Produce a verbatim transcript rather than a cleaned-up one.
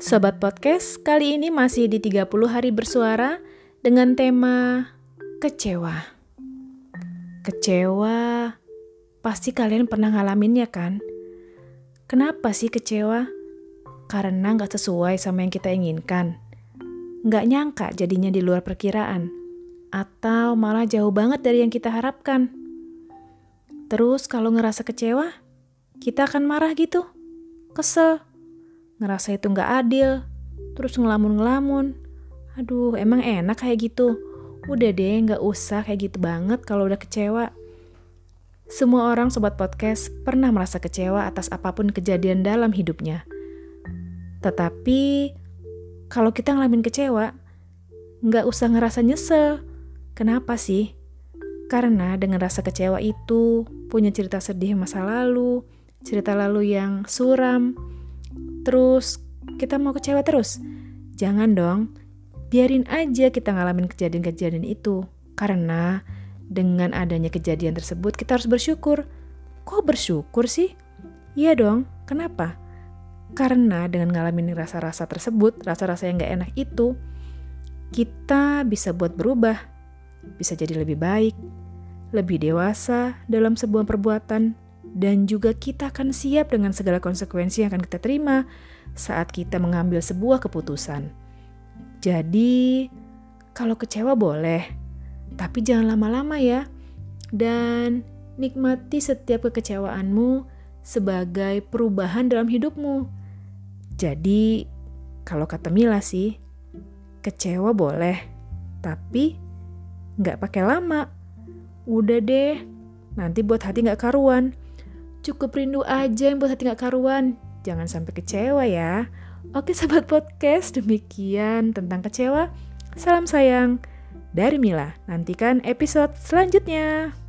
Sobat Podcast, kali ini masih di tiga puluh hari bersuara dengan tema kecewa. Kecewa, pasti kalian pernah ngalamin ya kan? Kenapa sih kecewa? Karena gak sesuai sama yang kita inginkan. Gak nyangka jadinya di luar perkiraan. Atau malah jauh banget dari yang kita harapkan. Terus kalau ngerasa kecewa, kita akan marah gitu, kesel. Ngerasa itu gak adil, terus ngelamun-ngelamun. Aduh, emang enak kayak gitu. Udah deh, gak usah kayak gitu banget kalau udah kecewa. Semua orang Sobat Podcast pernah merasa kecewa atas apapun kejadian dalam hidupnya. Tetapi, kalau kita ngalamin kecewa, gak usah ngerasa nyesel. Kenapa sih? Karena dengan rasa kecewa itu punya cerita sedih masa lalu, cerita lalu yang suram. Terus kita mau kecewa terus? Jangan dong, biarin aja kita ngalamin kejadian-kejadian itu. Karena dengan adanya kejadian tersebut kita harus bersyukur. Kok bersyukur sih? Iya dong, kenapa? Karena dengan ngalamin rasa-rasa tersebut, rasa-rasa yang gak enak itu, kita bisa buat berubah, bisa jadi lebih baik, lebih dewasa dalam sebuah perbuatan. Dan juga kita akan siap dengan segala konsekuensi yang akan kita terima saat kita mengambil sebuah keputusan. Jadi, kalau kecewa boleh, tapi jangan lama-lama ya. Dan nikmati setiap kekecewaanmu sebagai perubahan dalam hidupmu. Jadi, kalau kata Mila sih, kecewa boleh, tapi gak pakai lama. Udah deh, nanti buat hati gak karuan. Cukup rindu aja yang buat hati gak karuan. Jangan sampai kecewa ya. Oke Sobat Podcast, demikian tentang kecewa. Salam sayang dari Mila. Nantikan episode selanjutnya.